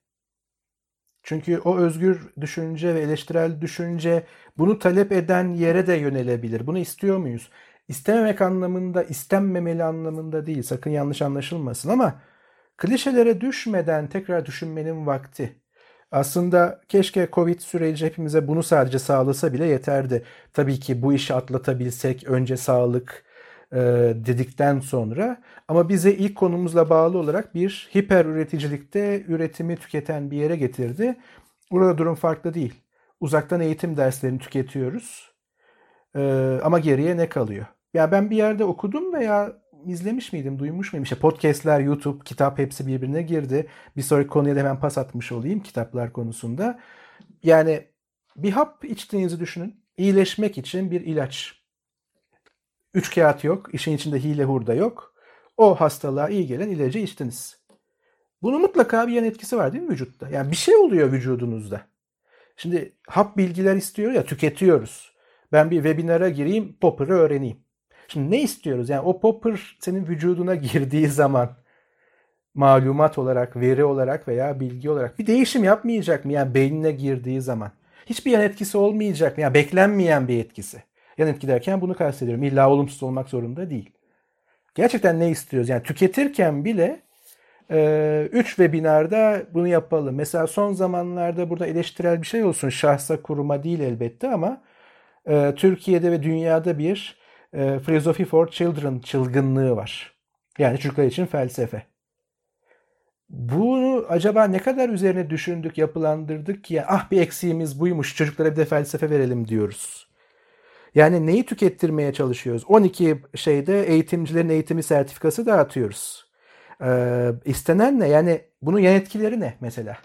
Çünkü o özgür düşünce ve eleştirel düşünce bunu talep eden yere de yönelebilir. Bunu istiyor muyuz? İstememek anlamında, istenmemeli anlamında değil. Sakın yanlış anlaşılmasın ama klişelere düşmeden tekrar düşünmenin vakti. Aslında keşke Covid süreci hepimize bunu sadece sağlasa bile yeterdi. Tabii ki bu işi atlatabilsek önce sağlık e, dedikten sonra ama bize ilk konumuzla bağlı olarak bir hiper üreticilikte üretimi tüketen bir yere getirdi. Burada durum farklı değil. Uzaktan eğitim derslerini tüketiyoruz e, ama geriye ne kalıyor? Ya ben bir yerde okudum veya izlemiş miydim, duymuş muydum? İşte podcastler, YouTube, kitap hepsi birbirine girdi. Bir sonraki konuya da hemen pas atmış olayım kitaplar konusunda. Yani bir hap içtiğinizi düşünün. iyileşmek için bir ilaç. Üç kağıt yok, işin içinde hile hurda yok. O hastalığa iyi gelen ilacı içtiniz. Bunun mutlaka bir yan etkisi var değil mi vücutta? Yani bir şey oluyor vücudunuzda. Şimdi hap bilgiler istiyor ya, tüketiyoruz. Ben bir webinara gireyim, popper'ı öğreneyim. Şimdi ne istiyoruz? Yani o popper senin vücuduna girdiği zaman malumat olarak, veri olarak veya bilgi olarak bir değişim yapmayacak mı? Yani beynine girdiği zaman. Hiçbir yan etkisi olmayacak mı? Yani beklenmeyen bir etkisi. Yan etki derken bunu kastediyorum. İlla olumsuz olmak zorunda değil. Gerçekten ne istiyoruz? Yani tüketirken bile üç webinarda bunu yapalım. Mesela son zamanlarda burada eleştirel bir şey olsun. Şahsa kuruma değil elbette ama e, Türkiye'de ve dünyada bir e, Philosophy for Children çılgınlığı var. Yani çocuklar için felsefe. Bunu acaba ne kadar üzerine düşündük, yapılandırdık ki ya, ah bir eksiğimiz buymuş, çocuklara bir de felsefe verelim diyoruz. Yani neyi tükettirmeye çalışıyoruz? on iki şeyde eğitimcilerin eğitimi sertifikası dağıtıyoruz. Ee, istenen ne? Yani bunun yan etkileri ne mesela?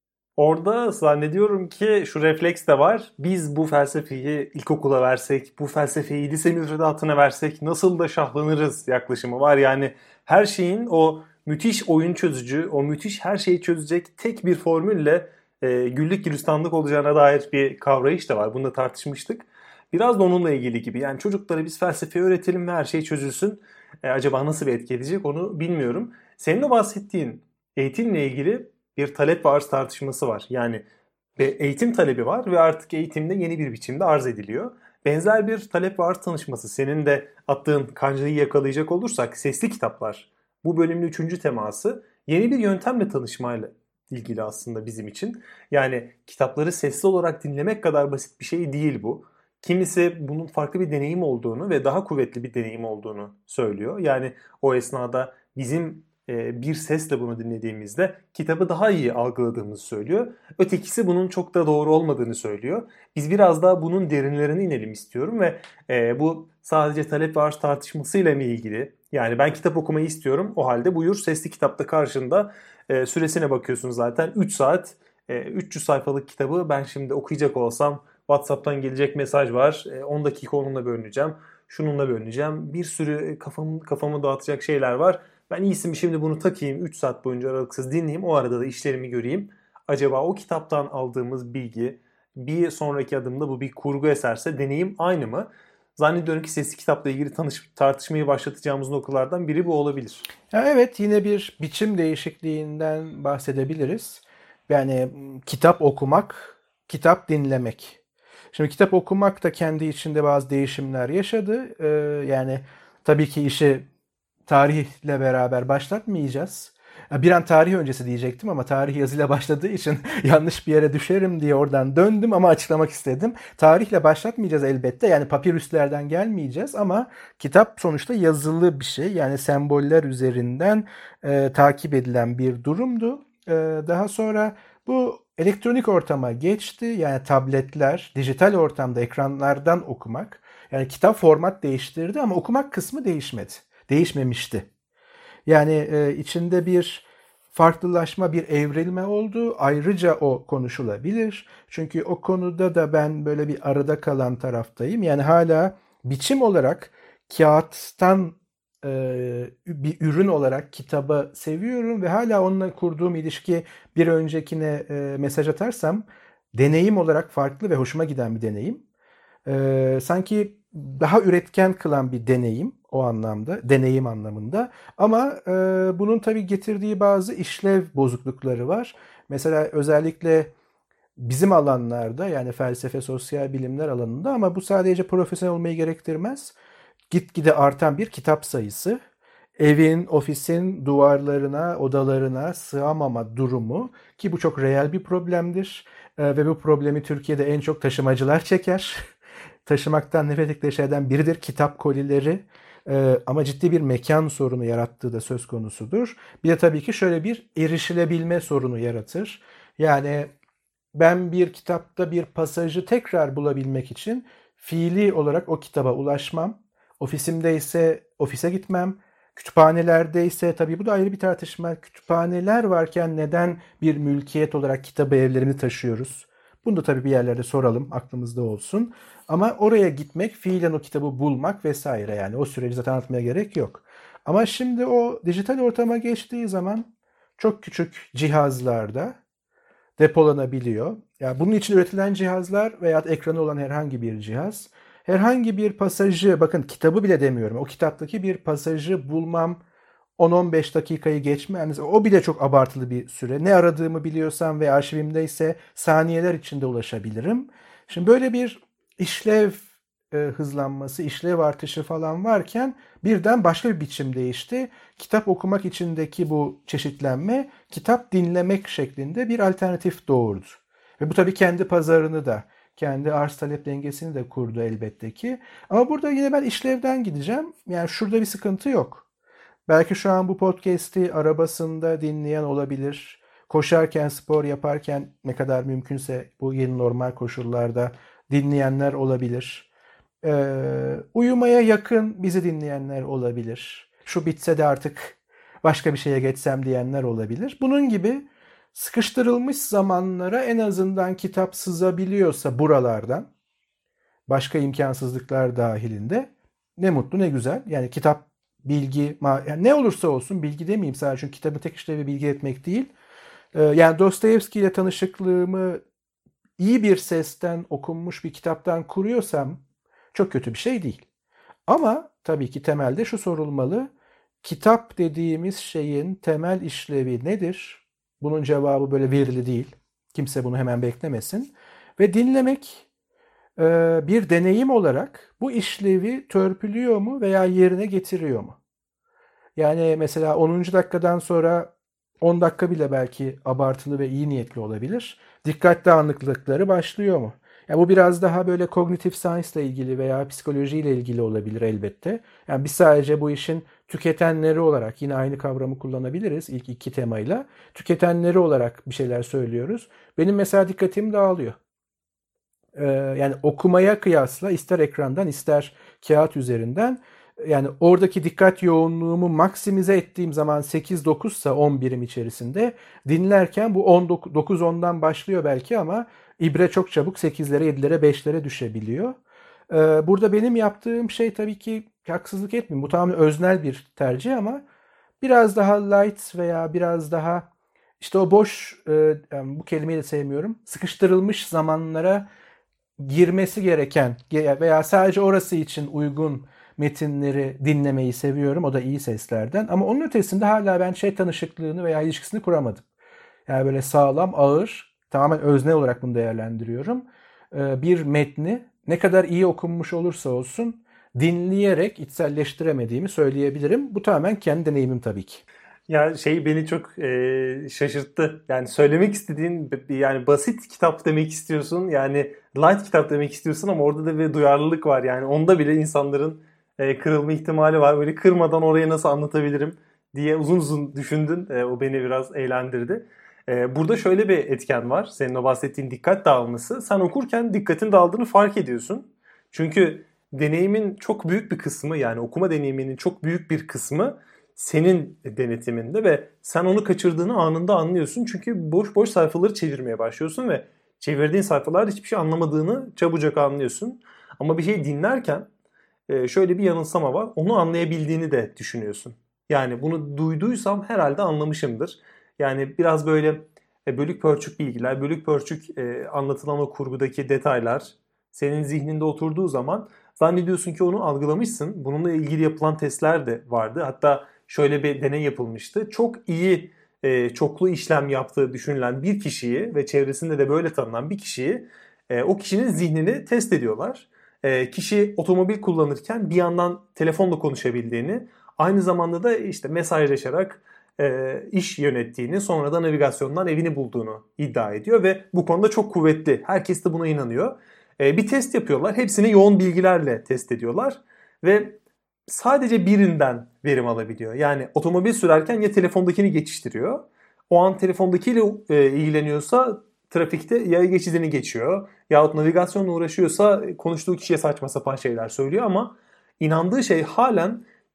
Orada zannediyorum ki şu refleks de var. Biz bu felsefeyi ilkokula versek, bu felsefeyi lise müfredatına versek nasıl da şahlanırız yaklaşımı var. Yani her şeyin o müthiş oyun çözücü, o müthiş her şeyi çözecek tek bir formülle e, güllük gülistanlık olacağına dair bir kavrayış da var. Bunu da tartışmıştık. Biraz da onunla ilgili gibi. Yani çocuklara biz felsefeyi öğretelim ve her şey çözülsün. E, acaba nasıl bir etki edecek onu bilmiyorum. Senin de bahsettiğin eğitimle ilgili bir talep ve arz tartışması var. Yani eğitim talebi var ve artık eğitimde yeni bir biçimde arz ediliyor. Benzer bir talep ve arz tanışması, senin de attığın kancayı yakalayacak olursak, sesli kitaplar. Bu bölümün üçüncü teması yeni bir yöntemle tanışmayla ilgili aslında bizim için. Yani kitapları sesli olarak dinlemek kadar basit bir şey değil bu. Kimisi bunun farklı bir deneyim olduğunu ve daha kuvvetli bir deneyim olduğunu söylüyor. Yani o esnada bizim bir sesle bunu dinlediğimizde kitabı daha iyi algıladığımızı söylüyor. Ötekisi bunun çok da doğru olmadığını söylüyor. Biz biraz daha bunun derinlerine inelim istiyorum ve e, bu sadece talep ve arz tartışmasıyla mı ilgili? Yani ben kitap okumayı istiyorum. O halde buyur, sesli kitapta karşında, e, süresine bakıyorsun zaten. üç saat, e, üç yüz sayfalık kitabı ben şimdi okuyacak olsam WhatsApp'tan gelecek mesaj var. E, on dakika onunla bölüneceğim. Şununla bölüneceğim. Bir sürü kafamı, kafamı dağıtacak şeyler var. Ben iyisi mi şimdi bunu takayım, üç saat boyunca aralıksız dinleyeyim, o arada da işlerimi göreyim. Acaba o kitaptan aldığımız bilgi bir sonraki adımda bu bir kurgu eserse deneyim aynı mı? Zannediyorum ki sesli kitapla ilgili tanış, tartışmayı başlatacağımız noktalardan biri bu olabilir. Ya evet, yine bir biçim değişikliğinden bahsedebiliriz. Yani kitap okumak, kitap dinlemek. Şimdi kitap okumak da kendi içinde bazı değişimler yaşadı. Ee, yani tabii ki işi tarihle beraber başlatmayacağız. Bir an tarih öncesi diyecektim ama tarih yazıyla başladığı için yanlış bir yere düşerim diye oradan döndüm ama açıklamak istedim. Tarihle başlatmayacağız elbette. Yani papirüslerden gelmeyeceğiz ama kitap sonuçta yazılı bir şey. Yani semboller üzerinden e, takip edilen bir durumdu. E, daha sonra bu elektronik ortama geçti. Yani tabletler, dijital ortamda ekranlardan okumak. Yani kitap format değiştirdi ama okumak kısmı değişmedi. Değişmemişti. Yani e, içinde bir farklılaşma, bir evrilme oldu. Ayrıca o konuşulabilir. Çünkü o konuda da ben böyle bir arada kalan taraftayım. Yani hala biçim olarak kağıttan e, bir ürün olarak kitabı seviyorum ve hala onunla kurduğum ilişki, bir öncekine e, mesaj atarsam deneyim olarak farklı ve hoşuma giden bir deneyim. E, sanki daha üretken kılan bir deneyim o anlamda, deneyim anlamında. Ama e, bunun tabii getirdiği bazı işlev bozuklukları var. Mesela özellikle bizim alanlarda, yani felsefe, sosyal bilimler alanında, ama bu sadece profesyonel olmayı gerektirmez. Gitgide artan bir kitap sayısı, evin, ofisin duvarlarına, odalarına sığamama durumu, ki bu çok reel bir problemdir. E, ve bu problemi Türkiye'de en çok taşımacılar çeker. Taşımaktan nefret ettikleri şeylerden biridir kitap kolileri. Ee, ama ciddi bir mekan sorunu yarattığı da söz konusudur. Bir de tabii ki şöyle bir erişilebilme sorunu yaratır. Yani ben bir kitapta bir pasajı tekrar bulabilmek için fiili olarak o kitaba ulaşmam. Ofisimde ise ofise gitmem. Kütüphanelerde ise tabii bu da ayrı bir tartışma. Kütüphaneler varken neden bir mülkiyet olarak kitabı evlerimizi taşıyoruz? Bunu da tabii bir yerlerde soralım, aklımızda olsun. Ama oraya gitmek, fiilen o kitabı bulmak vesaire, yani o süreci zaten anlatmaya gerek yok. Ama şimdi o dijital ortama geçtiği zaman çok küçük cihazlarda depolanabiliyor. Yani bunun için üretilen cihazlar veya ekranı olan herhangi bir cihaz, herhangi bir pasajı, bakın kitabı bile demiyorum, o kitaptaki bir pasajı bulmam on on beş dakikayı geçmez. O bile çok abartılı bir süre. Ne aradığımı biliyorsam ve arşivimdeyse saniyeler içinde ulaşabilirim. Şimdi böyle bir işlev e, hızlanması, işlev artışı falan varken birden başka bir biçim değişti. Kitap okumak içindeki bu çeşitlenme, kitap dinlemek şeklinde bir alternatif doğurdu. Ve bu tabii kendi pazarını da, kendi arz talep dengesini de kurdu elbette ki. Ama burada yine ben işlevden gideceğim. Yani şurada bir sıkıntı yok. Belki şu an bu podcast'i arabasında dinleyen olabilir. Koşarken, spor yaparken ne kadar mümkünse bu yeni normal koşullarda dinleyenler olabilir. Ee, uyumaya yakın bizi dinleyenler olabilir. Şu bitse de artık başka bir şeye geçsem diyenler olabilir. Bunun gibi sıkıştırılmış zamanlara en azından kitap sızabiliyorsa buralardan, başka imkansızlıklar dahilinde, ne mutlu ne güzel. Yani kitap, bilgi, yani ne olursa olsun, bilgi demeyeyim sadece, çünkü kitabın tek işlevi bilgi etmek değil. Ee, yani Dostoyevski ile tanışıklığımı iyi bir sesten okunmuş bir kitaptan kuruyorsam çok kötü bir şey değil. Ama tabii ki temelde şu sorulmalı: kitap dediğimiz şeyin temel işlevi nedir? Bunun cevabı böyle verili değil. Kimse bunu hemen beklemesin. Ve dinlemek e, bir deneyim olarak bu işlevi törpülüyor mu veya yerine getiriyor mu? Yani mesela onuncu dakikadan sonra on dakika bile belki abartılı ve iyi niyetli olabilir. Dikkat dağınıklıkları başlıyor mu? Yani bu biraz daha böyle cognitive science ile ilgili veya psikolojiyle ilgili olabilir elbette. Yani biz sadece bu işin tüketenleri olarak, yine aynı kavramı kullanabiliriz ilk iki temayla. Tüketenleri olarak bir şeyler söylüyoruz. Benim mesela dikkatim dağılıyor. Ee, yani okumaya kıyasla ister ekrandan ister kağıt üzerinden, yani oradaki dikkat yoğunluğumu maksimize ettiğim zaman sekiz dokuzsa on birim içerisinde, dinlerken bu on dokuz ondan başlıyor belki ama ibre çok çabuk sekizlere, yedilere, beşlere düşebiliyor. Ee, burada benim yaptığım şey, tabii ki haksızlık etmeyeyim, bu tamamen öznel bir tercih ama biraz daha light veya biraz daha işte o boş, e, bu kelimeyi de sevmiyorum, sıkıştırılmış zamanlara girmesi gereken veya sadece orası için uygun metinleri dinlemeyi seviyorum. O da iyi seslerden. Ama onun ötesinde hala ben şey tanışıklığını veya ilişkisini kuramadım. Yani böyle sağlam, ağır, tamamen öznel olarak bunu değerlendiriyorum. Bir metni ne kadar iyi okunmuş olursa olsun dinleyerek içselleştiremediğimi söyleyebilirim. Bu tamamen kendi deneyimim tabii ki. Ya şey beni çok e, şaşırttı. Yani söylemek istediğin, yani basit kitap demek istiyorsun. Yani light kitap demek istiyorsun ama orada da bir duyarlılık var. Yani onda bile insanların e, kırılma ihtimali var. Böyle kırmadan oraya nasıl anlatabilirim diye uzun uzun düşündün. E, o beni biraz eğlendirdi. E, burada şöyle bir etken var. Senin o bahsettiğin dikkat dağılması. Sen okurken dikkatin dağıldığını fark ediyorsun. Çünkü deneyimin çok büyük bir kısmı, yani okuma deneyiminin çok büyük bir kısmı senin denetiminde ve sen onu kaçırdığını anında anlıyorsun. Çünkü boş boş sayfaları çevirmeye başlıyorsun ve çevirdiğin sayfalarda hiçbir şey anlamadığını çabucak anlıyorsun. Ama bir şey dinlerken şöyle bir yanılsama var. Onu anlayabildiğini de düşünüyorsun. Yani bunu duyduysam herhalde anlamışımdır. Yani biraz böyle bölük pörçük bilgiler, bölük pörçük anlatılan o kurgudaki detaylar senin zihninde oturduğu zaman zannediyorsun ki onu algılamışsın. Bununla ilgili yapılan testler de vardı. Hatta şöyle bir deney yapılmıştı. Çok iyi e, çoklu işlem yaptığı düşünülen bir kişiyi ve çevresinde de böyle tanınan bir kişiyi, e, o kişinin zihnini test ediyorlar. E, kişi otomobil kullanırken bir yandan telefonla konuşabildiğini, aynı zamanda da işte mesajlaşarak e, iş yönettiğini, sonra da navigasyondan evini bulduğunu iddia ediyor ve bu konuda çok kuvvetli. Herkes de buna inanıyor. E, bir test yapıyorlar. Hepsini yoğun bilgilerle test ediyorlar ve sadece birinden verim alabiliyor. Yani otomobil sürerken ya telefondakini geçiştiriyor. O an telefondakiyle e, ilgileniyorsa trafikte yaya geçidini geçiyor. Yahut navigasyonla uğraşıyorsa konuştuğu kişiye saçma sapan şeyler söylüyor ama inandığı şey halen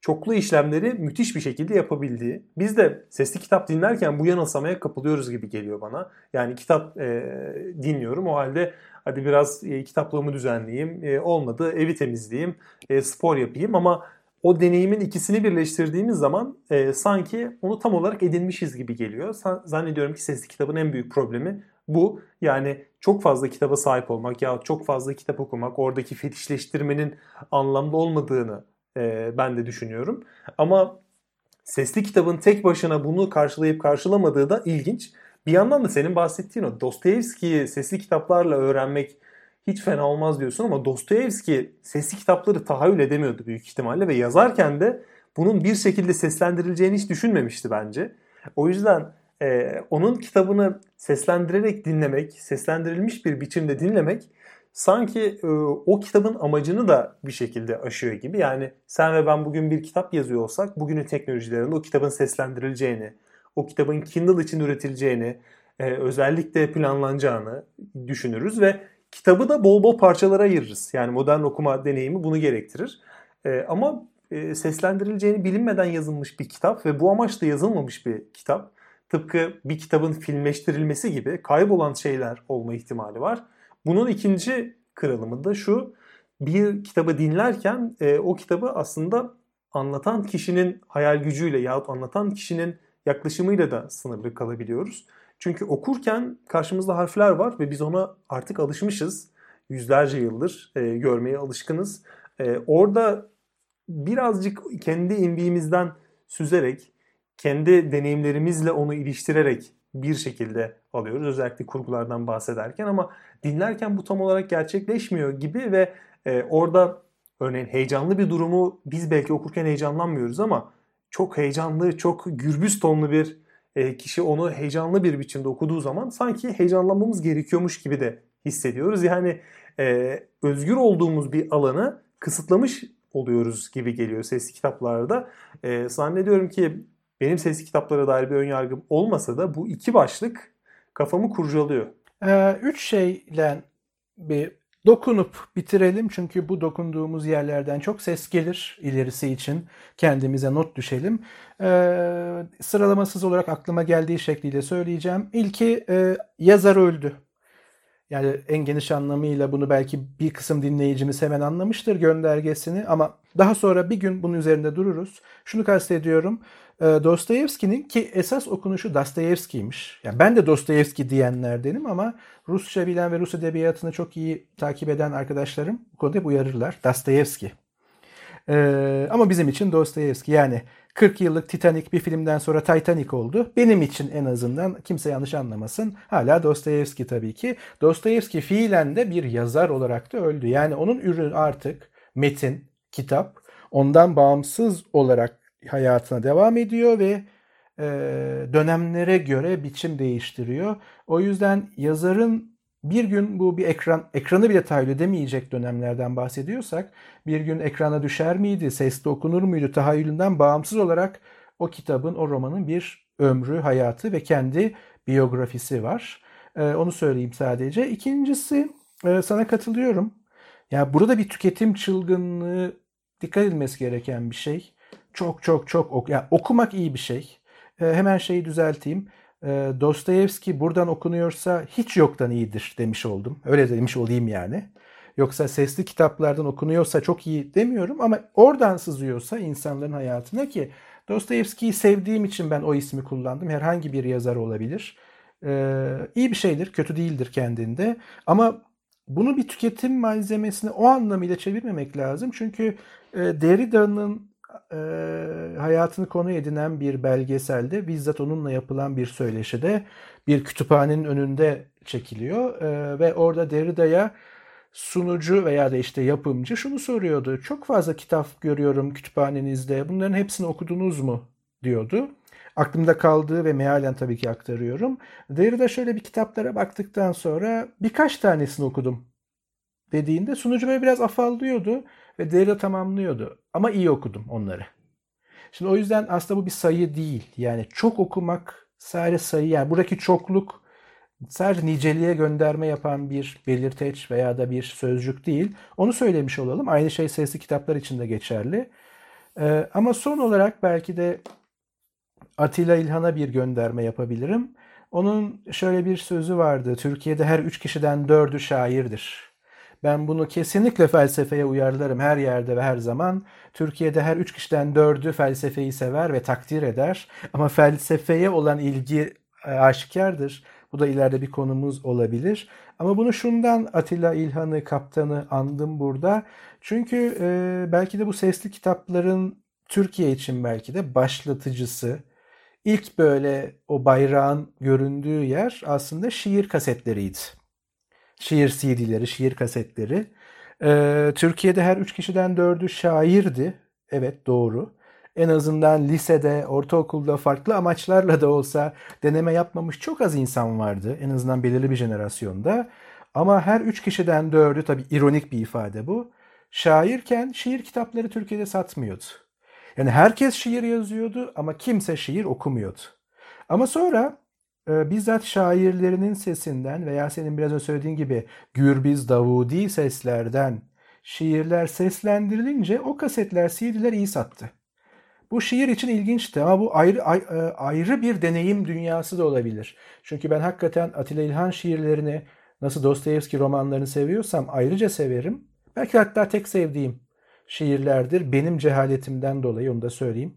çoklu işlemleri müthiş bir şekilde yapabildiği. Biz de sesli kitap dinlerken bu yanılsamaya kapılıyoruz gibi geliyor bana. Yani kitap e, dinliyorum, o halde hadi biraz e, kitaplığımı düzenleyeyim, e, olmadı evi temizleyeyim, e, spor yapayım, ama o deneyimin ikisini birleştirdiğimiz zaman e, sanki onu tam olarak edinmişiz gibi geliyor. Zannediyorum ki sesli kitabın en büyük problemi bu. Yani çok fazla kitaba sahip olmak ya çok fazla kitap okumak, oradaki fetişleştirmenin anlamlı olmadığını e, ben de düşünüyorum. Ama sesli kitabın tek başına bunu karşılayıp karşılamadığı da ilginç. Bir yandan da senin bahsettiğin o Dostoyevski'yi sesli kitaplarla öğrenmek hiç fena olmaz diyorsun, ama Dostoyevski sesli kitapları tahayyül edemiyordu büyük ihtimalle ve yazarken de bunun bir şekilde seslendirileceğini hiç düşünmemişti bence. O yüzden e, onun kitabını seslendirerek dinlemek, seslendirilmiş bir biçimde dinlemek sanki e, o kitabın amacını da bir şekilde aşıyor gibi. Yani sen ve ben bugün bir kitap yazıyor olsak, bugünün teknolojilerinde o kitabın seslendirileceğini, o kitabın Kindle için üretileceğini, e, özellikle planlanacağını düşünürüz ve kitabı da bol bol parçalara ayırırız. Yani modern okuma deneyimi bunu gerektirir. E, ama e, seslendirileceğini bilinmeden yazılmış bir kitap ve bu amaçla yazılmamış bir kitap, tıpkı bir kitabın filmleştirilmesi gibi kaybolan şeyler olma ihtimali var. Bunun ikinci kırılımı da şu: bir kitabı dinlerken e, o kitabı aslında anlatan kişinin hayal gücüyle yahut anlatan kişinin yaklaşımıyla da sınırlı kalabiliyoruz. Çünkü okurken karşımızda harfler var ve biz ona artık alışmışız. Yüzlerce yıldır e, görmeye alışkınız. E, orada birazcık kendi imbiğimizden süzerek, kendi deneyimlerimizle onu iliştirerek bir şekilde alıyoruz. Özellikle kurgulardan bahsederken, ama dinlerken bu tam olarak gerçekleşmiyor gibi ve e, orada örneğin heyecanlı bir durumu biz belki okurken heyecanlanmıyoruz ama çok heyecanlı, çok gürbüz tonlu bir e, kişi onu heyecanlı bir biçimde okuduğu zaman sanki heyecanlanmamız gerekiyormuş gibi de hissediyoruz. Yani e, özgür olduğumuz bir alanı kısıtlamış oluyoruz gibi geliyor sesli kitaplarda. E, zannediyorum ki benim sesli kitaplara dair bir önyargım olmasa da bu iki başlık kafamı kurcalıyor. Ee, üç şeyle bir dokunup bitirelim. Çünkü bu dokunduğumuz yerlerden çok ses gelir ilerisi için. Kendimize not düşelim. Ee, sıralamasız olarak aklıma geldiği şekliyle söyleyeceğim. İlki e, yazar öldü. Yani en geniş anlamıyla bunu belki bir kısım dinleyicimiz hemen anlamıştır göndergesini, ama daha sonra bir gün bunun üzerinde dururuz. Şunu kastediyorum. Dostoyevski'nin, ki esas okunuşu Dostoyevski'ymiş. Yani ben de Dostoyevski diyenlerdenim ama Rusça bilen ve Rus edebiyatını çok iyi takip eden arkadaşlarım bu konuda hep uyarırlar. Dostoyevski. Ee, ama bizim için Dostoyevski. Yani kırk yıllık Titanic bir filmden sonra Titanic oldu. Benim için en azından, kimse yanlış anlamasın, hala Dostoyevski tabii ki. Dostoyevski fiilen de bir yazar olarak da öldü. Yani onun ürünü artık metin, kitap ondan bağımsız olarak hayatına devam ediyor ve e, dönemlere göre biçim değiştiriyor. O yüzden yazarın bir gün, bu bir ekran, ekranı bile tahayyül edemeyecek dönemlerden bahsediyorsak, bir gün ekrana düşer miydi, sesli okunur muydu tahayyülünden bağımsız olarak o kitabın, o romanın bir ömrü, hayatı ve kendi biyografisi var. Ee, onu söyleyeyim sadece. İkincisi, e, sana katılıyorum. Ya burada bir tüketim çılgınlığı, dikkat edilmesi gereken bir şey. Çok çok çok ok yani okumak iyi bir şey. Ee, hemen şeyi düzelteyim. Ee, Dostoyevski buradan okunuyorsa hiç yoktan iyidir demiş oldum. Öyle demiş olayım yani. Yoksa sesli kitaplardan okunuyorsa çok iyi demiyorum, ama oradan sızıyorsa insanların hayatına, ki Dostoyevski'yi sevdiğim için ben o ismi kullandım. Herhangi bir yazar olabilir. Ee, iyi bir şeydir, kötü değildir kendinde. Ama bunu bir tüketim malzemesine o anlamıyla çevirmemek lazım. Çünkü e, Derrida'nın e, hayatını konu edinen bir belgeselde, bizzat onunla yapılan bir söyleşide bir kütüphanenin önünde çekiliyor. E, ve orada Derrida'ya sunucu veya da işte yapımcı şunu soruyordu. Çok fazla kitap görüyorum kütüphanenizde. Bunların hepsini okudunuz mu diyordu. Aklımda kaldığı ve mealen tabii ki aktarıyorum. Derrida şöyle bir kitaplara baktıktan sonra birkaç tanesini okudum dediğinde sunucu böyle biraz afallıyordu ve Derrida tamamlıyordu. Ama iyi okudum onları. Şimdi o yüzden aslında bu bir sayı değil. Yani çok okumak sadece sayı, yani buradaki çokluk sadece niceliğe gönderme yapan bir belirteç veya da bir sözcük değil. Onu söylemiş olalım. Aynı şey sesli kitaplar için de geçerli. Ee, ama son olarak belki de Atilla İlhan'a bir gönderme yapabilirim. Onun şöyle bir sözü vardı. Türkiye'de her üç kişiden dördü şairdir. Ben bunu kesinlikle felsefeye uyarlarım her yerde ve her zaman. Türkiye'de her üç kişiden dördü felsefeyi sever ve takdir eder. Ama felsefeye olan ilgi aşikardır. Bu da ileride bir konumuz olabilir. Ama bunu şundan Atilla İlhan'ı, kaptanı andım burada. Çünkü e, belki de bu sesli kitapların Türkiye için belki de başlatıcısı, İlk böyle o bayrağın göründüğü yer aslında şiir kasetleriydi. Şiir C D'leri, şiir kasetleri. Ee, Türkiye'de her üç kişiden dördü şairdi. Evet, doğru. En azından lisede, ortaokulda farklı amaçlarla da olsa deneme yapmamış çok az insan vardı. En azından belirli bir jenerasyonda. Ama her üç kişiden dördü, tabii ironik bir ifade bu, şairken şiir kitapları Türkiye'de satmıyordu. Yani herkes şiir yazıyordu ama kimse şiir okumuyordu. Ama sonra e, bizzat şairlerinin sesinden veya senin biraz önce söylediğin gibi Gürbiz Davudi seslerden şiirler seslendirilince o kasetler, C D'ler iyi sattı. Bu şiir için ilginçti ama bu ayrı ayrı bir deneyim dünyası da olabilir. Çünkü ben hakikaten Atilla İlhan şiirlerini, nasıl Dostoyevski romanlarını seviyorsam ayrıca severim. Belki hatta tek sevdiğim şiirlerdir. Benim cehaletimden dolayı, onu da söyleyeyim.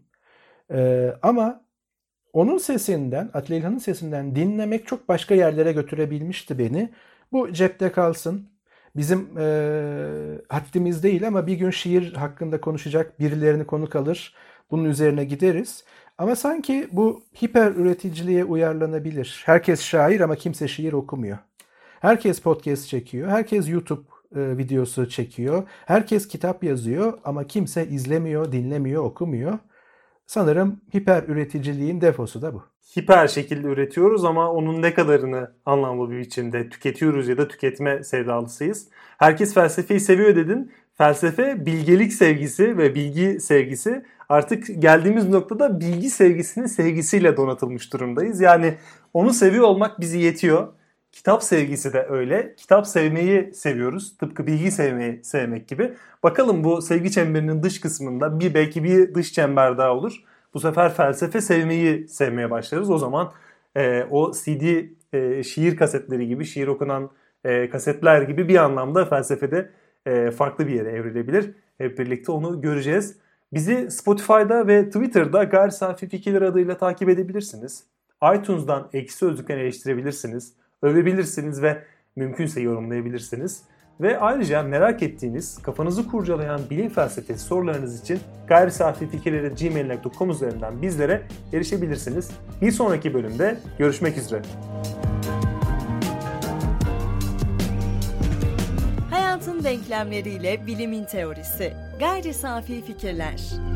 Ee, ama onun sesinden, Atilla İlhan'ın sesinden dinlemek çok başka yerlere götürebilmişti beni. Bu cepte kalsın. Bizim e, haddimiz değil ama bir gün şiir hakkında konuşacak birilerini konuk alır. Bunun üzerine gideriz. Ama sanki bu hiper üreticiliğe uyarlanabilir. Herkes şair ama kimse şiir okumuyor. Herkes podcast çekiyor. Herkes YouTube videosu çekiyor. Herkes kitap yazıyor ama kimse izlemiyor, dinlemiyor, okumuyor. Sanırım hiper üreticiliğin defosu da bu. Hiper şekilde üretiyoruz ama onun ne kadarını anlamlı bir biçimde tüketiyoruz ya da tüketme sevdalısıyız. Herkes felsefeyi seviyor dedin. Felsefe, bilgelik sevgisi ve bilgi sevgisi, artık geldiğimiz noktada bilgi sevgisinin sevgisiyle donatılmış durumdayız. Yani onu seviyor olmak bizi yetiyor. Kitap sevgisi de öyle. Kitap sevmeyi seviyoruz. Tıpkı bilgi sevmeyi sevmek gibi. Bakalım bu sevgi çemberinin dış kısmında bir belki bir dış çember daha olur. Bu sefer felsefe sevmeyi sevmeye başlarız. O zaman e, o C D e, şiir kasetleri gibi, şiir okunan e, kasetler gibi bir anlamda felsefede e, farklı bir yere evrilebilir. Hep birlikte onu göreceğiz. Bizi Spotify'da ve Twitter'da Gayri Safi Fikirler adıyla takip edebilirsiniz. iTunes'dan Ekşi Sözlük'ten eleştirebilirsiniz. Övebilirsiniz ve mümkünse yorumlayabilirsiniz. Ve ayrıca merak ettiğiniz, kafanızı kurcalayan bilim felsefesi sorularınız için gayri safi fikirleri at gmail nokta com üzerinden bizlere erişebilirsiniz. Bir sonraki bölümde görüşmek üzere. Hayatın denklemleriyle bilimin teorisi. Gayri safi fikirler.